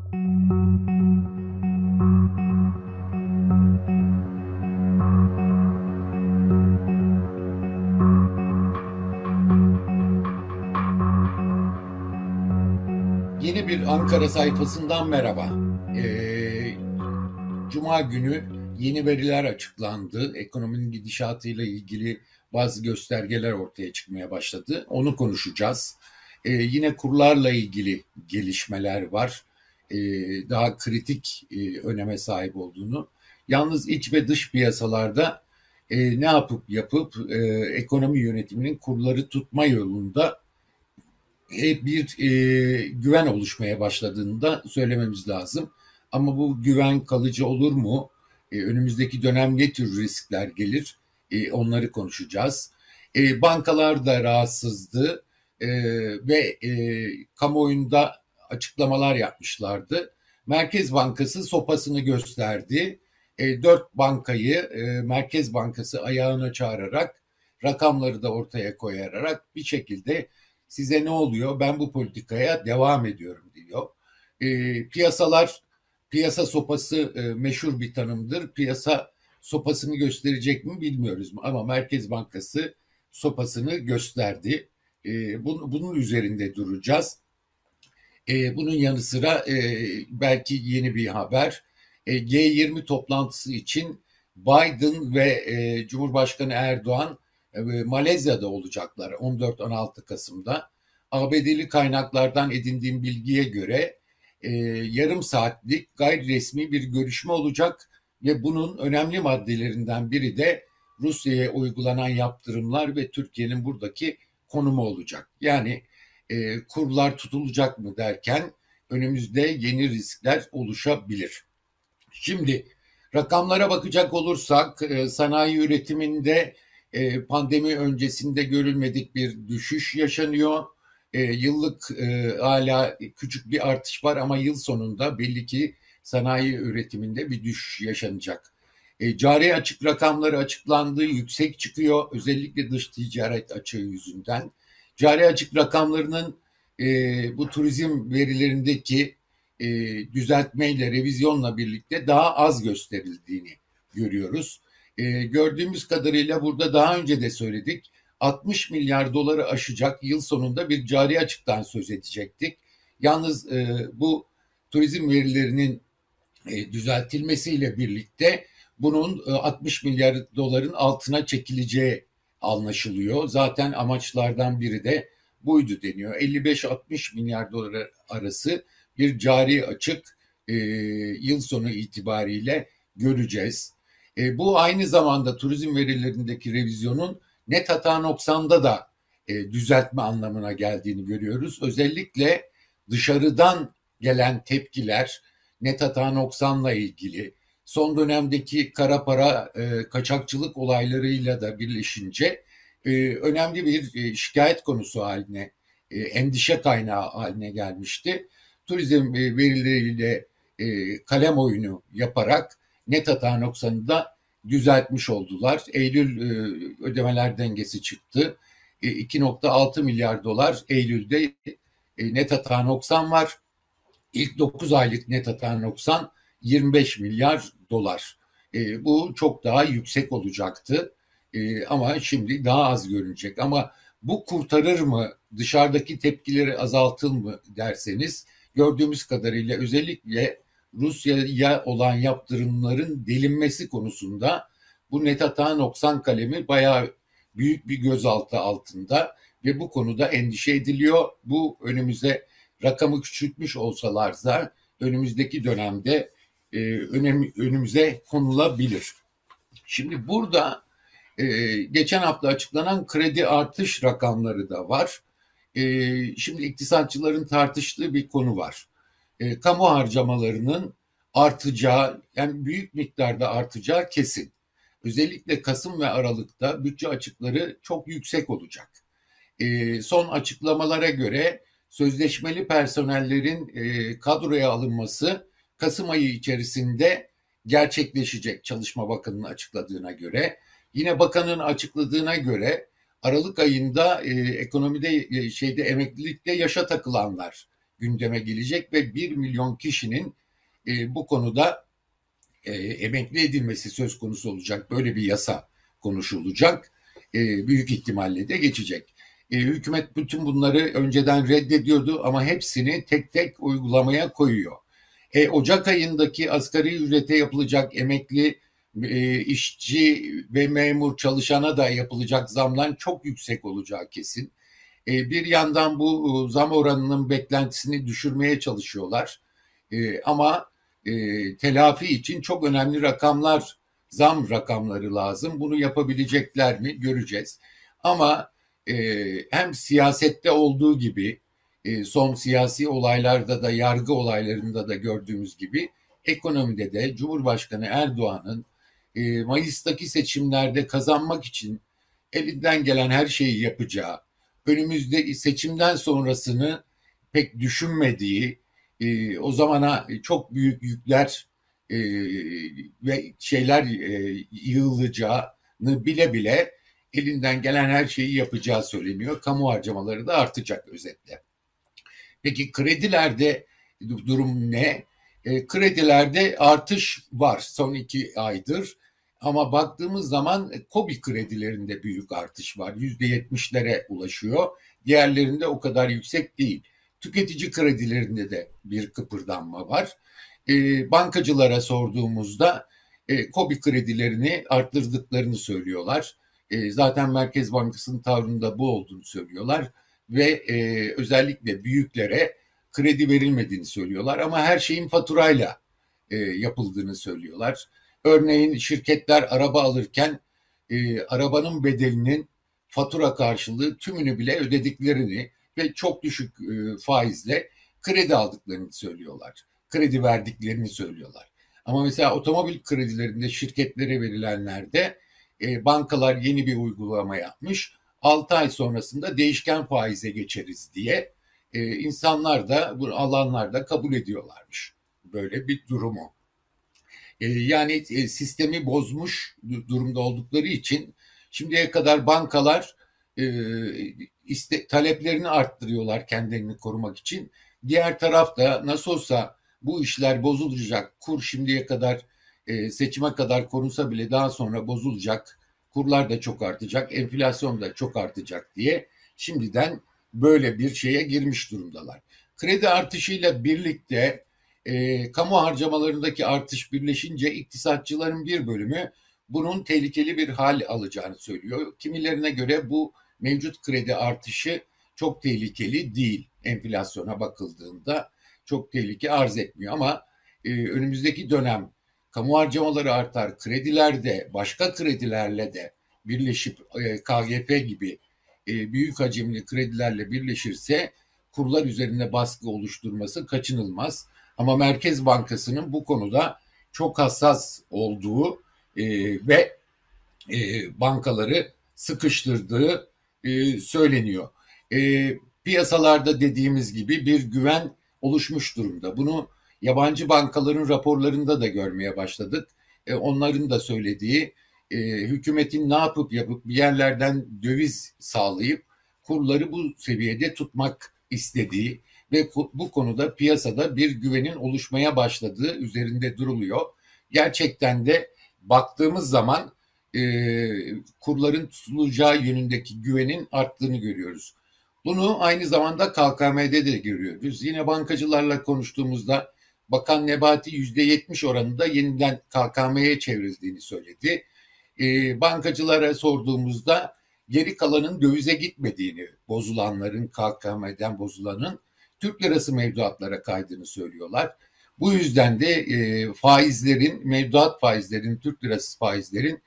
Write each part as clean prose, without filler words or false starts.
Yeni bir Ankara sayfasından merhaba. Cuma günü yeni veriler açıklandı. Ekonominin gidişatıyla ilgili bazı göstergeler ortaya çıkmaya başladı. Onu konuşacağız. Yine kurlarla ilgili gelişmeler var. Daha kritik öneme sahip olduğunu. Yalnız iç ve dış piyasalarda ne yapıp ekonomi yönetiminin kurları tutma yolunda bir güven oluşmaya başladığını da söylememiz lazım. Ama bu güven kalıcı olur mu? Önümüzdeki dönem ne tür riskler gelir? Onları konuşacağız. Bankalar da rahatsızdı ve kamuoyunda açıklamalar yapmışlardı. Merkez Bankası sopasını gösterdi. Dört bankayı Merkez Bankası ayağına çağırarak, rakamları da ortaya koyarak bir şekilde size ne oluyor? Ben bu politikaya devam ediyorum diyor. Piyasa sopası meşhur bir tanımdır. Piyasa sopasını gösterecek mi bilmiyoruz ama Merkez Bankası sopasını gösterdi. Bunun üzerinde duracağız. Bunun yanı sıra belki yeni bir haber. G20 toplantısı için Biden ve Cumhurbaşkanı Erdoğan Malezya'da olacaklar 14-16 Kasım'da. ABD'li kaynaklardan edindiğim bilgiye göre yarım saatlik gayri resmi bir görüşme olacak ve bunun önemli maddelerinden biri de Rusya'ya uygulanan yaptırımlar ve Türkiye'nin buradaki konumu olacak. Yani kurlar tutulacak mı derken önümüzde yeni riskler oluşabilir. Şimdi rakamlara bakacak olursak sanayi üretiminde pandemi öncesinde görülmedik bir düşüş yaşanıyor. Yıllık hala küçük bir artış var ama yıl sonunda belli ki sanayi üretiminde bir düşüş yaşanacak. Cari açık rakamları açıklandı, yüksek çıkıyor özellikle dış ticaret açığı yüzünden. Cari açık rakamlarının bu turizm verilerindeki düzeltmeyle, revizyonla birlikte daha az gösterildiğini görüyoruz. Gördüğümüz kadarıyla burada daha önce de söyledik, 60 milyar doları aşacak yıl sonunda bir cari açıktan söz edecektik. Yalnız bu turizm verilerinin düzeltilmesiyle birlikte bunun 60 milyar doların altına çekileceği anlaşılıyor. Zaten amaçlardan biri de buydu deniyor. 55-60 milyar dolar arası bir cari açık yıl sonu itibariyle göreceğiz. Bu aynı zamanda turizm verilerindeki revizyonun net hata noksanda da düzeltme anlamına geldiğini görüyoruz. Özellikle dışarıdan gelen tepkiler net hata noksanla ilgili son dönemdeki kara para kaçakçılık olaylarıyla da birleşince önemli bir şikayet konusu haline, endişe kaynağı haline gelmişti. Turizm verileriyle kalem oyunu yaparak net hata noksanını da düzeltmiş oldular. Eylül ödemeler dengesi çıktı. 2,6 milyar dolar Eylül'de net hata noksan var. İlk 9 aylık net hata noksan 25 milyar dolar. Bu çok daha yüksek olacaktı. Ama şimdi daha az görünecek. Ama bu kurtarır mı, dışarıdaki tepkileri azaltır mı derseniz, gördüğümüz kadarıyla özellikle Rusya'ya olan yaptırımların delinmesi konusunda bu net hata noksan kalemi bayağı büyük bir gözaltı altında ve bu konuda endişe ediliyor. Bu rakamı küçültmüş olsalar da önümüzdeki dönemde önümüze konulabilir. Şimdi burada geçen hafta açıklanan kredi artış rakamları da var. Şimdi iktisatçıların tartıştığı bir konu var. Kamu harcamalarının artacağı, yani büyük miktarda artacağı kesin. Özellikle Kasım ve Aralık'ta bütçe açıkları çok yüksek olacak. Son açıklamalara göre sözleşmeli personellerin kadroya alınması Kasım ayı içerisinde gerçekleşecek, Çalışma Bakanı'nın açıkladığına göre. Yine bakanın açıkladığına göre Aralık ayında ekonomide emeklilikte yaşa takılanlar gündeme gelecek ve 1 milyon kişinin bu konuda emekli edilmesi söz konusu olacak. Böyle bir yasa konuşulacak. Büyük ihtimalle de geçecek. Hükümet bütün bunları önceden reddediyordu ama hepsini tek tek uygulamaya koyuyor. Ocak ayındaki asgari ücrete yapılacak emekli, işçi ve memur çalışana da yapılacak zamlar çok yüksek olacağı kesin. Bir yandan bu zam oranının beklentisini düşürmeye çalışıyorlar. Ama telafi için çok önemli rakamlar, zam rakamları lazım. Bunu yapabilecekler mi göreceğiz. Ama hem siyasette olduğu gibi son siyasi olaylarda da yargı olaylarında da gördüğümüz gibi ekonomide de Cumhurbaşkanı Erdoğan'ın Mayıs'taki seçimlerde kazanmak için elinden gelen her şeyi yapacağı, önümüzde seçimden sonrasını pek düşünmediği, o zamana çok büyük yükler ve şeyler yığılacağını bile bile elinden gelen her şeyi yapacağı söyleniyor. Kamu harcamaları da artacak özetle. Peki kredilerde durum ne? Kredilerde artış var son 2 aydır. Ama baktığımız zaman KOBİ kredilerinde büyük artış var. %70'lere ulaşıyor. Diğerlerinde o kadar yüksek değil. Tüketici kredilerinde de bir kıpırdanma var. Bankacılara sorduğumuzda KOBİ kredilerini arttırdıklarını söylüyorlar. Zaten Merkez Bankası'nın tavrında bu olduğunu söylüyorlar. Ve özellikle büyüklere kredi verilmediğini söylüyorlar. Ama her şeyin faturayla yapıldığını söylüyorlar. Örneğin şirketler araba alırken arabanın bedelinin fatura karşılığı tümünü bile ödediklerini ve çok düşük faizle kredi aldıklarını söylüyorlar. Kredi verdiklerini söylüyorlar. Ama mesela otomobil kredilerinde şirketlere verilenlerde bankalar yeni bir uygulama yapmış. 6 ay sonrasında değişken faize geçeriz diye insanlar da, bu alanlar da kabul ediyorlarmış. Böyle bir durumu. Yani sistemi bozmuş durumda oldukları için şimdiye kadar bankalar taleplerini arttırıyorlar kendilerini korumak için. Diğer tarafta nasıl olsa bu işler bozulacak. Kur şimdiye kadar seçime kadar korunsa bile daha sonra bozulacak. Kurlar da çok artacak, enflasyon da çok artacak diye şimdiden böyle bir şeye girmiş durumdalar. Kredi artışıyla birlikte kamu harcamalarındaki artış birleşince iktisatçıların bir bölümü bunun tehlikeli bir hal alacağını söylüyor. Kimilerine göre bu mevcut kredi artışı çok tehlikeli değil. Enflasyona bakıldığında çok tehlike arz etmiyor ama önümüzdeki dönem kamu harcamaları artar, krediler de başka kredilerle de birleşip KGF gibi büyük hacimli kredilerle birleşirse kurlar üzerinde baskı oluşturması kaçınılmaz. Ama Merkez Bankası'nın bu konuda çok hassas olduğu ve bankaları sıkıştırdığı söyleniyor. Piyasalarda dediğimiz gibi bir güven oluşmuş durumda. Bunu yabancı bankaların raporlarında da görmeye başladık. Onların da söylediği hükümetin ne yapıp bir yerlerden döviz sağlayıp kurları bu seviyede tutmak istediği ve bu konuda piyasada bir güvenin oluşmaya başladığı üzerinde duruluyor. Gerçekten de baktığımız zaman kurların tutulacağı yönündeki güvenin arttığını görüyoruz. Bunu aynı zamanda KKM'de de görüyoruz. Yine bankacılarla konuştuğumuzda Bakan Nebati %70 oranında yeniden KKM'ye çevrildiğini söyledi. Bankacılara sorduğumuzda geri kalanın dövize gitmediğini, bozulanların, KKM'den bozulanın Türk lirası mevduatlara kaydığını söylüyorlar. Bu yüzden de faizlerin, mevduat faizlerin, Türk lirası faizlerin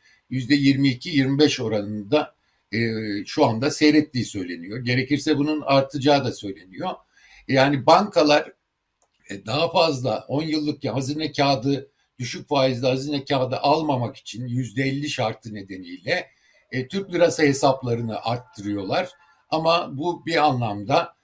%22-25 oranında şu anda seyrettiği söyleniyor. Gerekirse bunun artacağı da söyleniyor. Yani bankalar daha fazla 10 yıllık hazine kağıdı, düşük faizli hazine kağıdı almamak için %50 şartı nedeniyle Türk lirası hesaplarını arttırıyorlar. Ama bu bir anlamda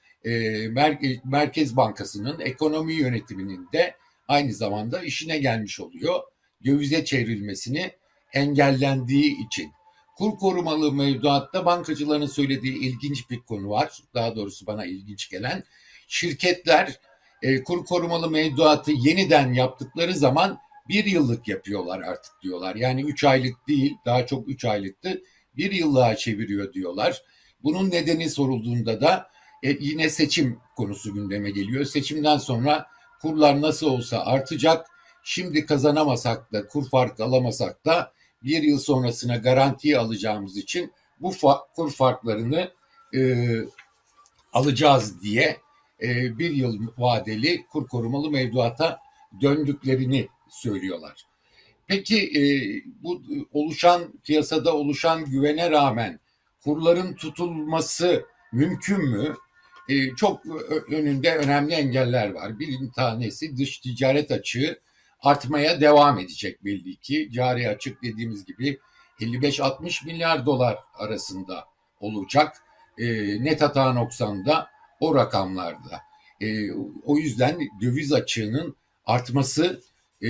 Merkez Bankası'nın ekonomi yönetiminin de aynı zamanda işine gelmiş oluyor. Dövize çevrilmesini engellendiği için. Kur korumalı mevduatta bankacıların söylediği ilginç bir konu var. Daha doğrusu bana ilginç gelen. Şirketler Kur korumalı mevduatı yeniden yaptıkları zaman bir yıllık yapıyorlar artık diyorlar. Yani 3 aylık değil, daha çok 3 aylıktı. Bir yıllığa çeviriyor diyorlar. Bunun nedeni sorulduğunda da yine seçim konusu gündeme geliyor. Seçimden sonra kurlar nasıl olsa artacak. Şimdi kazanamasak da, kur farkı alamasak da bir yıl sonrasına garantiye alacağımız için bu kur farklarını e, alacağız diye bir yıl vadeli kur korumalı mevduata döndüklerini söylüyorlar. Peki bu piyasada oluşan güvene rağmen kurların tutulması mümkün mü? Çok önünde önemli engeller var. Bir tanesi dış ticaret açığı artmaya devam edecek belli ki. Cari açık dediğimiz gibi 55-60 milyar dolar arasında olacak. Net hata noksanda o rakamlarda. O yüzden döviz açığının artması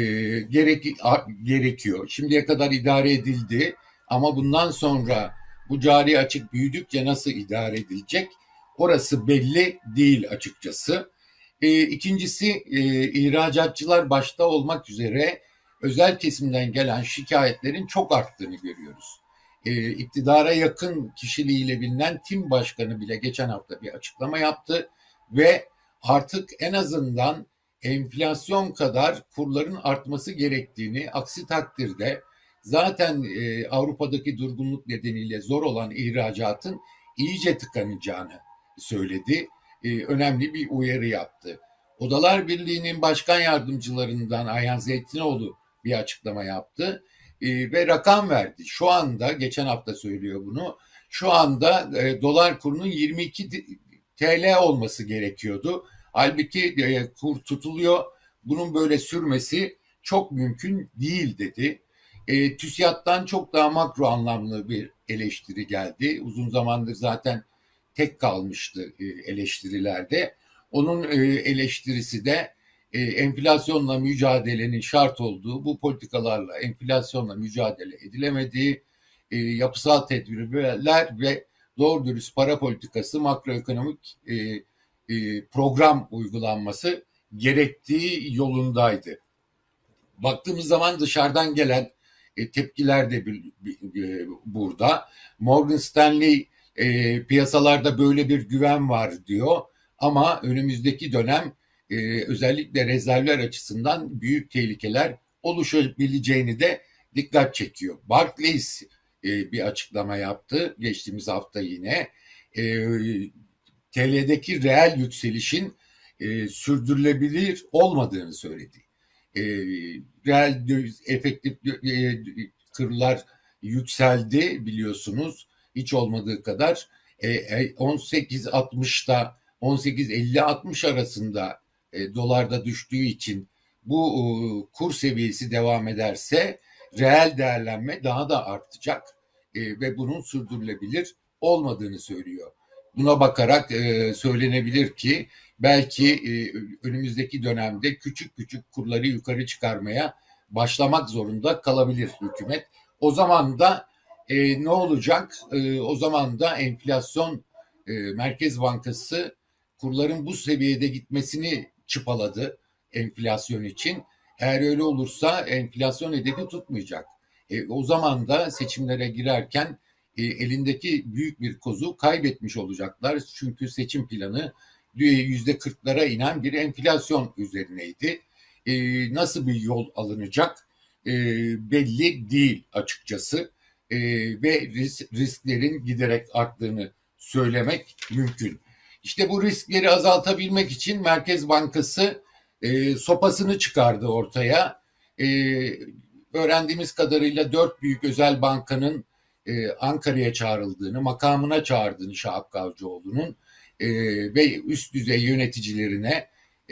gerekiyor. Şimdiye kadar idare edildi ama bundan sonra bu cari açık büyüdükçe nasıl idare edilecek? Orası belli değil açıkçası. İkincisi ihracatçılar başta olmak üzere özel kesimden gelen şikayetlerin çok arttığını görüyoruz. İktidara yakın kişiliğiyle bilinen Tim Başkanı bile geçen hafta bir açıklama yaptı ve artık en azından enflasyon kadar kurların artması gerektiğini, aksi takdirde zaten Avrupa'daki durgunluk nedeniyle zor olan ihracatın iyice tıkanacağını söyledi. Önemli bir uyarı yaptı. Odalar Birliği'nin başkan yardımcılarından Ayhan Zeytinoğlu bir açıklama yaptı ve rakam verdi. Şu anda, geçen hafta söylüyor bunu, şu anda dolar kurunun 22 TL olması gerekiyordu. Halbuki kur tutuluyor. Bunun böyle sürmesi çok mümkün değil dedi. TÜSİAD'dan çok daha makro anlamlı bir eleştiri geldi. Uzun zamandır zaten tek kalmıştı eleştirilerde. Onun eleştirisi de enflasyonla mücadelenin şart olduğu, bu politikalarla enflasyonla mücadele edilemediği, yapısal tedbirler ve doğru dürüst para politikası, makroekonomik program uygulanması gerektiği yolundaydı. Baktığımız zaman dışarıdan gelen tepkiler de burada. Morgan Stanley piyasalarda böyle bir güven var diyor ama önümüzdeki dönem özellikle rezervler açısından büyük tehlikeler oluşabileceğini de dikkat çekiyor. Barclays bir açıklama yaptı geçtiğimiz hafta yine. TL'deki reel yükselişin sürdürülebilir olmadığını söyledi. Reel efektif kurlar yükseldi biliyorsunuz, hiç olmadığı kadar 18.60'da 18.50-60 arasında dolarda düştüğü için bu kur seviyesi devam ederse reel değerlenme daha da artacak ve bunun sürdürülebilir olmadığını söylüyor. Buna bakarak söylenebilir ki belki önümüzdeki dönemde küçük küçük kurları yukarı çıkarmaya başlamak zorunda kalabilir hükümet. O zaman da ne olacak? O zaman da enflasyon Merkez Bankası kurların bu seviyede gitmesini çıpaladı enflasyon için. Eğer öyle olursa enflasyon hedefi tutmayacak. O zaman da seçimlere girerken elindeki büyük bir kozu kaybetmiş olacaklar. Çünkü seçim planı %40'lara inen bir enflasyon üzerineydi. Nasıl bir yol alınacak belli değil açıkçası. Ve risklerin giderek arttığını söylemek mümkün. İşte bu riskleri azaltabilmek için Merkez Bankası sopasını çıkardı ortaya. Öğrendiğimiz kadarıyla 4 büyük özel bankanın Ankara'ya çağrıldığını, makamına çağırdığını Şahap Kavcıoğlu'nun ve üst düzey yöneticilerine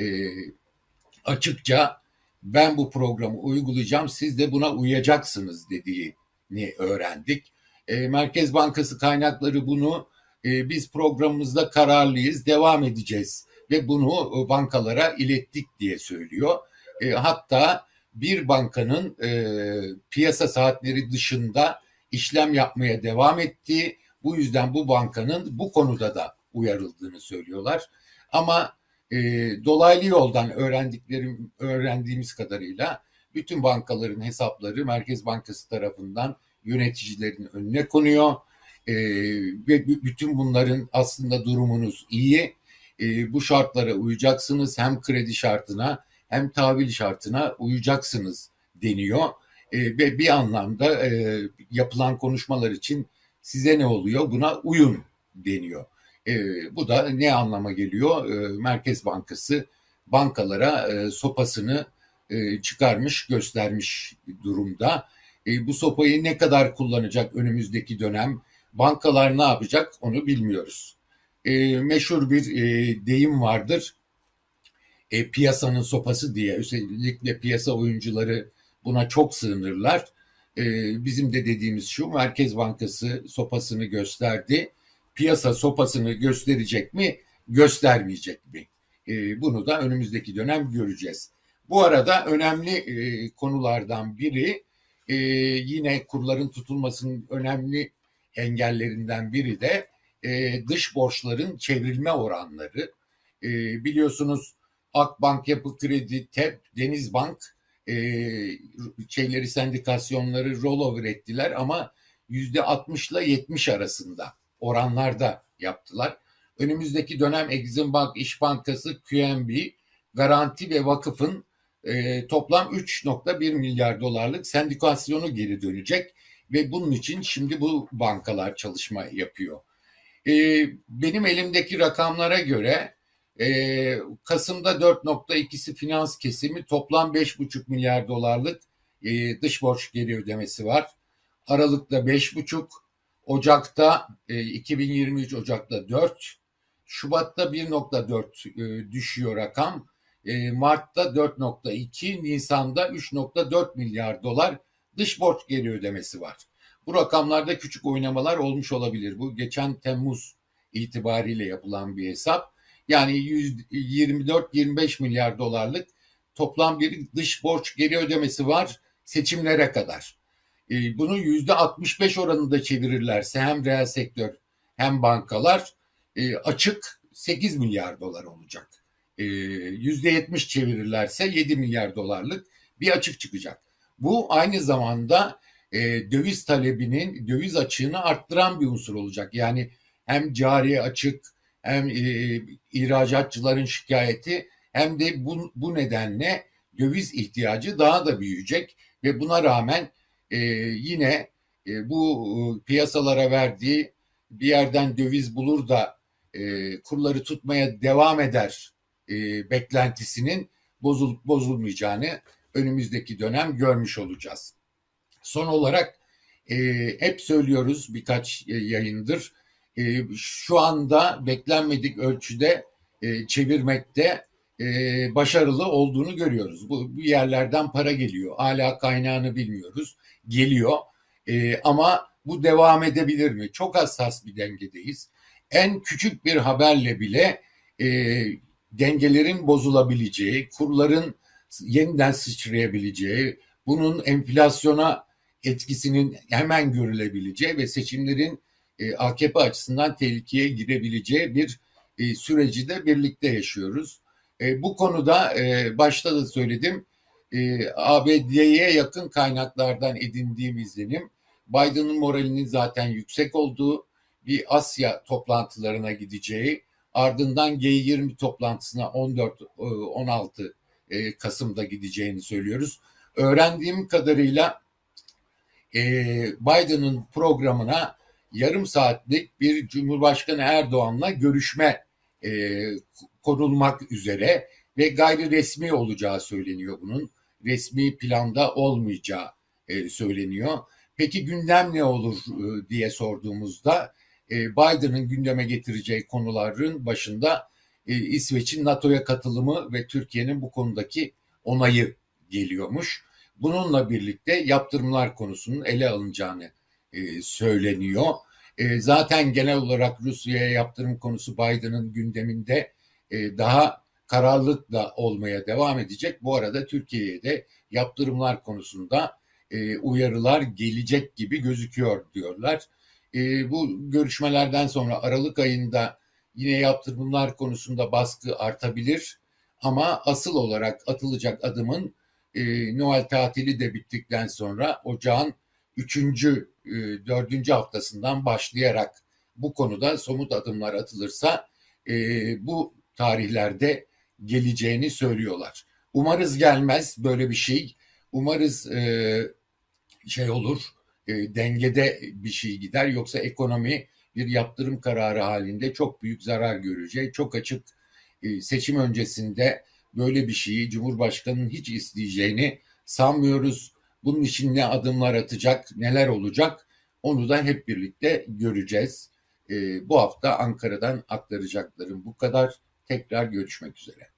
açıkça ben bu programı uygulayacağım, siz de buna uyacaksınız dediğini öğrendik. Merkez Bankası kaynakları bunu biz programımızda kararlıyız, devam edeceğiz ve bunu bankalara ilettik diye söylüyor. Hatta bir bankanın piyasa saatleri dışında işlem yapmaya devam ettiği, bu yüzden bu bankanın bu konuda da uyarıldığını söylüyorlar. Ama Dolaylı yoldan öğrendiğimiz kadarıyla bütün bankaların hesapları Merkez Bankası tarafından yöneticilerin önüne konuyor. Ve bütün bunların aslında durumunuz iyi. Bu şartlara uyacaksınız. Hem kredi şartına hem tahvil şartına uyacaksınız deniyor. Ve bir anlamda yapılan konuşmalar için size ne oluyor? Buna uyun deniyor. Bu da ne anlama geliyor? Merkez Bankası bankalara sopasını çıkarmış, göstermiş durumda. Bu sopayı ne kadar kullanacak önümüzdeki dönem? Bankalar ne yapacak onu bilmiyoruz. Meşhur bir deyim vardır. Piyasanın sopası diye, özellikle piyasa oyuncuları buna çok sığınırlar. Bizim de dediğimiz şu, Merkez Bankası sopasını gösterdi. Piyasa sopasını gösterecek mi, göstermeyecek mi? Bunu da önümüzdeki dönem göreceğiz. Bu arada önemli konulardan biri, yine kurların tutulmasının önemli engellerinden biri de dış borçların çevrilme oranları. Biliyorsunuz Akbank, Yapı Kredi, TEP, Denizbank sendikasyonları rollover ettiler ama %60 ile 70 arasında oranlarda yaptılar. Önümüzdeki dönem Exim Bank, İş Bankası, QNB, Garanti ve Vakıf'ın toplam 3,1 milyar dolarlık sendikasyonu geri dönecek ve bunun için şimdi bu bankalar çalışma yapıyor. Benim elimdeki rakamlara göre Kasım'da 4,2'si finans kesimi, toplam 5,5 milyar dolarlık dış borç geri ödemesi var. Aralık'ta 5,5, Ocak'ta 2023 Ocak'ta 4, Şubat'ta 1,4 düşüyor rakam. Mart'ta 4,2, Nisan'da 3,4 milyar dolar dış borç geri ödemesi var. Bu rakamlarda küçük oynamalar olmuş olabilir. Bu geçen Temmuz itibariyle yapılan bir hesap. Yani 24-25 milyar dolarlık toplam bir dış borç geri ödemesi var seçimlere kadar. Bunu %65 oranında çevirirlerse hem reel sektör hem bankalar açık 8 milyar dolar olacak. %70 çevirirlerse 7 milyar dolarlık bir açık çıkacak. Bu aynı zamanda döviz talebinin, döviz açığını arttıran bir unsur olacak. Yani hem cari açık hem ihracatçıların şikayeti hem de bu nedenle döviz ihtiyacı daha da büyüyecek ve buna rağmen yine bu piyasalara verdiği bir yerden döviz bulur da kurları tutmaya devam eder beklentisinin bozulup bozulmayacağını önümüzdeki dönem görmüş olacağız. Son olarak hep söylüyoruz birkaç yayındır, şu anda beklenmedik ölçüde çevirmekte başarılı olduğunu görüyoruz. Bu yerlerden para geliyor. Hala kaynağını bilmiyoruz. Geliyor. Ama bu devam edebilir mi? Çok hassas bir dengedeyiz. En küçük bir haberle bile dengelerin bozulabileceği, kurların yeniden sıçrayabileceği, bunun enflasyona etkisinin hemen görülebileceği ve seçimlerin AKP açısından tehlikeye girebileceği bir süreci de birlikte yaşıyoruz. Bu konuda başta da söyledim, ABD'ye yakın kaynaklardan edindiğim izlenim, Biden'ın moralinin zaten yüksek olduğu, bir Asya toplantılarına gideceği, ardından G20 toplantısına 14-16 Kasım'da gideceğini söylüyoruz. Öğrendiğim kadarıyla Biden'ın programına yarım saatlik bir Cumhurbaşkanı Erdoğan'la görüşme konulmak üzere ve gayri resmi olacağı söyleniyor bunun. Resmi planda olmayacağı söyleniyor. Peki gündem ne olur diye sorduğumuzda Biden'ın gündeme getireceği konuların başında İsveç'in NATO'ya katılımı ve Türkiye'nin bu konudaki onayı geliyormuş. Bununla birlikte yaptırımlar konusunun ele alınacağını söyleniyor. Zaten genel olarak Rusya'ya yaptırım konusu Biden'ın gündeminde daha kararlılıkla olmaya devam edecek. Bu arada Türkiye'ye de yaptırımlar konusunda uyarılar gelecek gibi gözüküyor diyorlar. Bu görüşmelerden sonra Aralık ayında yine yaptırımlar konusunda baskı artabilir. Ama asıl olarak atılacak adımın Noel tatili de bittikten sonra ocağın 3. 4. haftasından başlayarak bu konuda somut adımlar atılırsa bu tarihlerde geleceğini söylüyorlar. Umarız gelmez böyle bir şey. Umarız şey olur, dengede bir şey gider. Yoksa ekonomi bir yaptırım kararı halinde çok büyük zarar görecek. Çok açık, seçim öncesinde böyle bir şeyi Cumhurbaşkanı'nın hiç isteyeceğini sanmıyoruz. Bunun için ne adımlar atacak, neler olacak onu da hep birlikte göreceğiz. Bu hafta Ankara'dan aktaracaklarım bu kadar. Tekrar görüşmek üzere.